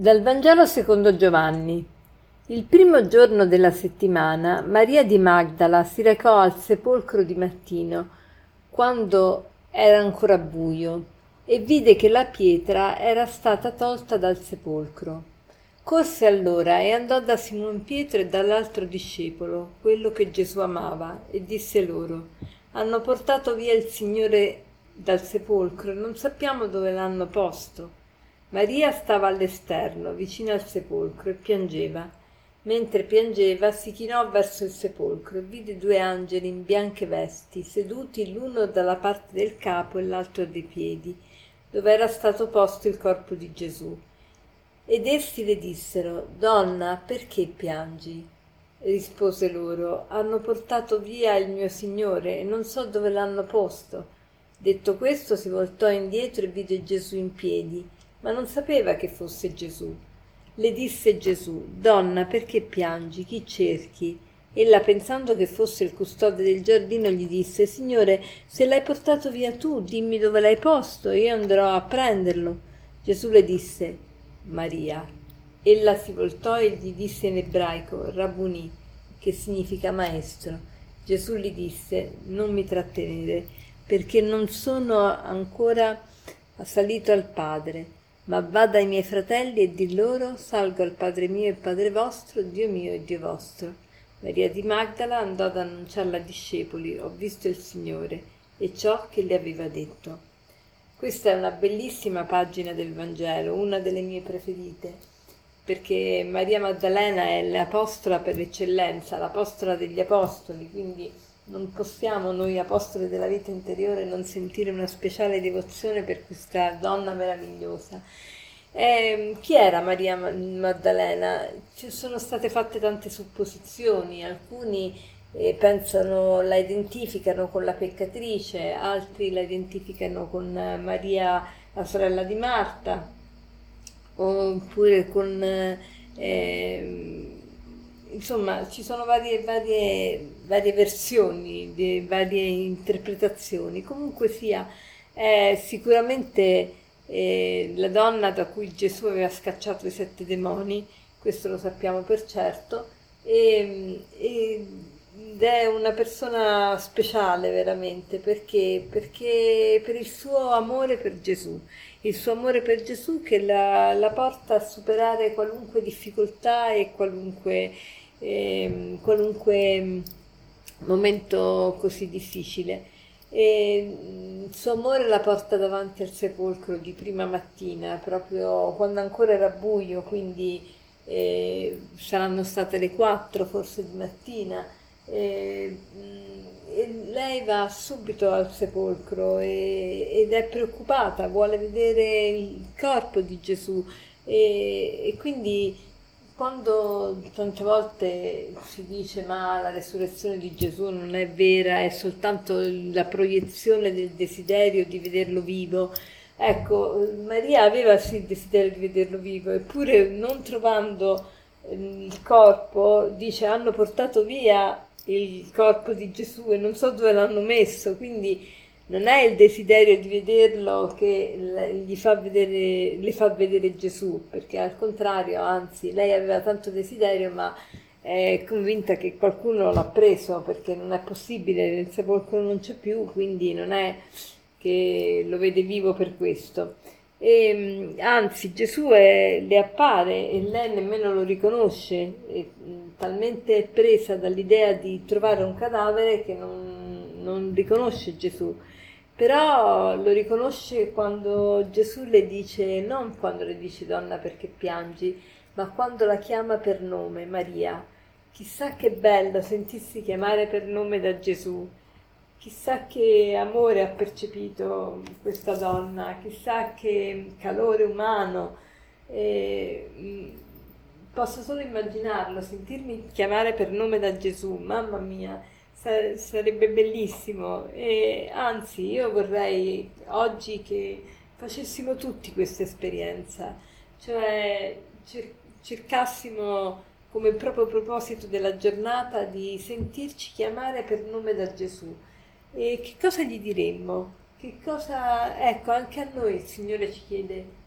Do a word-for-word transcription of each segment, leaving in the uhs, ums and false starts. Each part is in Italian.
Dal Vangelo secondo Giovanni. Il primo giorno della settimana, Maria di Magdala si recò al sepolcro di mattino, quando era ancora buio, e vide che la pietra era stata tolta dal sepolcro. Corse allora e andò da Simon Pietro e dall'altro discepolo, quello che Gesù amava, e disse loro: «Hanno portato via il Signore dal sepolcro e non sappiamo dove l'hanno posto». Maria stava all'esterno, vicino al sepolcro, e piangeva. Mentre piangeva, si chinò verso il sepolcro e vide due angeli in bianche vesti, seduti l'uno dalla parte del capo e l'altro dei piedi, dove era stato posto il corpo di Gesù. Ed essi le dissero: «Donna, perché piangi?» Rispose loro: «Hanno portato via il mio Signore e non so dove l'hanno posto». Detto questo, si voltò indietro e vide Gesù in piedi, ma non sapeva che fosse Gesù. Le disse Gesù: «Donna, perché piangi? Chi cerchi?» Ella, pensando che fosse il custode del giardino, gli disse: «Signore, se l'hai portato via tu, dimmi dove l'hai posto e io andrò a prenderlo». Gesù le disse: «Maria». Ella si voltò e gli disse in ebraico: «Rabbuni», che significa maestro. Gesù gli disse: «Non mi trattenere, perché non sono ancora salito al Padre, ma va dai miei fratelli e di loro: salgo al Padre mio e Padre vostro, Dio mio e Dio vostro». Maria di Magdala andò ad annunciarla ai discepoli: «Ho visto il Signore», e ciò che le aveva detto. Questa è una bellissima pagina del Vangelo, una delle mie preferite, perché Maria Maddalena è l'apostola per eccellenza, l'apostola degli apostoli, quindi non possiamo noi apostoli della vita interiore non sentire una speciale devozione per questa donna meravigliosa. Eh, chi era Maria Maddalena? Ci sono state fatte tante supposizioni, alcuni eh, pensano, la identificano con la peccatrice, altri la identificano con Maria, la sorella di Marta, oppure con... Eh, insomma, ci sono varie, varie, varie versioni, di, varie interpretazioni. Comunque sia, è sicuramente eh, la donna da cui Gesù aveva scacciato i sette demoni, questo lo sappiamo per certo, e, e, ed è una persona speciale veramente, perché, perché per il suo amore per Gesù, il suo amore per Gesù che la, la porta a superare qualunque difficoltà e qualunque, eh, qualunque momento così difficile. E il suo amore la porta davanti al sepolcro di prima mattina, proprio quando ancora era buio, quindi eh, saranno state le quattro forse di mattina. E, e lei va subito al sepolcro e, ed è preoccupata, vuole vedere il corpo di Gesù e, e quindi quando tante volte si dice ma la resurrezione di Gesù non è vera, è soltanto la proiezione del desiderio di vederlo vivo, ecco, Maria aveva sì il desiderio di vederlo vivo, eppure non trovando il corpo dice: «Hanno portato via il corpo di Gesù e non so dove l'hanno messo», quindi non è il desiderio di vederlo che gli fa vedere, le fa vedere Gesù, perché al contrario, anzi, lei aveva tanto desiderio, ma è convinta che qualcuno l'ha preso, perché non è possibile, nel sepolcro non c'è più, quindi non è che lo vede vivo per questo. E, anzi, Gesù è, le appare e lei nemmeno lo riconosce, è talmente presa dall'idea di trovare un cadavere che non, non riconosce Gesù. Però lo riconosce quando Gesù le dice, non quando le dice donna perché piangi, ma quando la chiama per nome, Maria. Chissà che bello sentirsi chiamare per nome da Gesù. Chissà che amore ha percepito questa donna, chissà che calore umano. Eh, posso solo immaginarlo, sentirmi chiamare per nome da Gesù, mamma mia, sa- sarebbe bellissimo. E anzi, io vorrei oggi che facessimo tutti questa esperienza, cioè cer- cercassimo come proprio proposito della giornata di sentirci chiamare per nome da Gesù. E che cosa gli diremmo? Che cosa, ecco, anche a noi il Signore ci chiede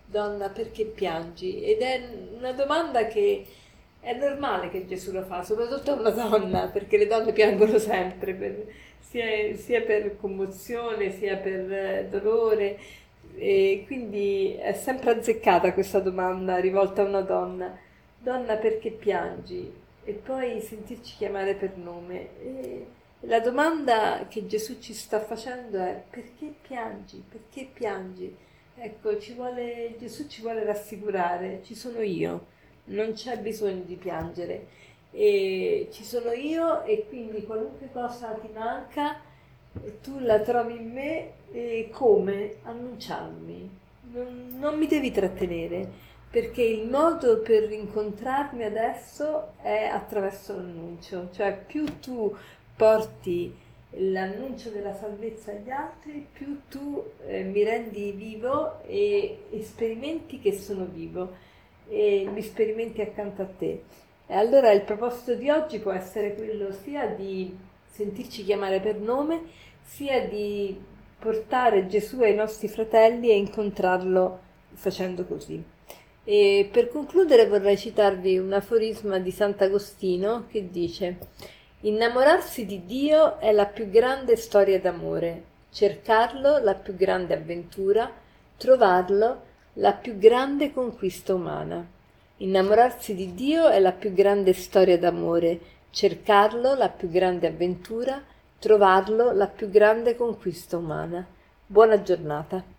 Donna, perché piangi? Ed è una domanda che è normale che Gesù lo fa, soprattutto a una donna, perché le donne piangono sempre, per- sia, sia per commozione, sia per eh, dolore, e quindi è sempre azzeccata questa domanda rivolta a una donna. Donna, perché piangi? E poi sentirci chiamare per nome. E la domanda che Gesù ci sta facendo è: perché piangi? Perché piangi? Ecco, ci vuole, Gesù ci vuole rassicurare, ci sono io, non c'è bisogno di piangere, e ci sono io, e quindi qualunque cosa ti manca, eh, tu la trovi in me, e come? Annunciarmi, non, non mi devi trattenere, perché il modo per incontrarmi adesso è attraverso l'annuncio, cioè più tu porti l'annuncio della salvezza agli altri, più tu eh, mi rendi vivo e, e sperimenti che sono vivo e mi sperimenti accanto a te. E allora il proposito di oggi può essere quello sia di sentirci chiamare per nome, sia di portare Gesù ai nostri fratelli e incontrarlo facendo così. E per concludere vorrei citarvi un aforisma di Sant'Agostino che dice: innamorarsi di Dio è la più grande storia d'amore, cercarlo la più grande avventura, trovarlo la più grande conquista umana. Innamorarsi di Dio è la più grande storia d'amore, cercarlo la più grande avventura, trovarlo la più grande conquista umana. Buona giornata.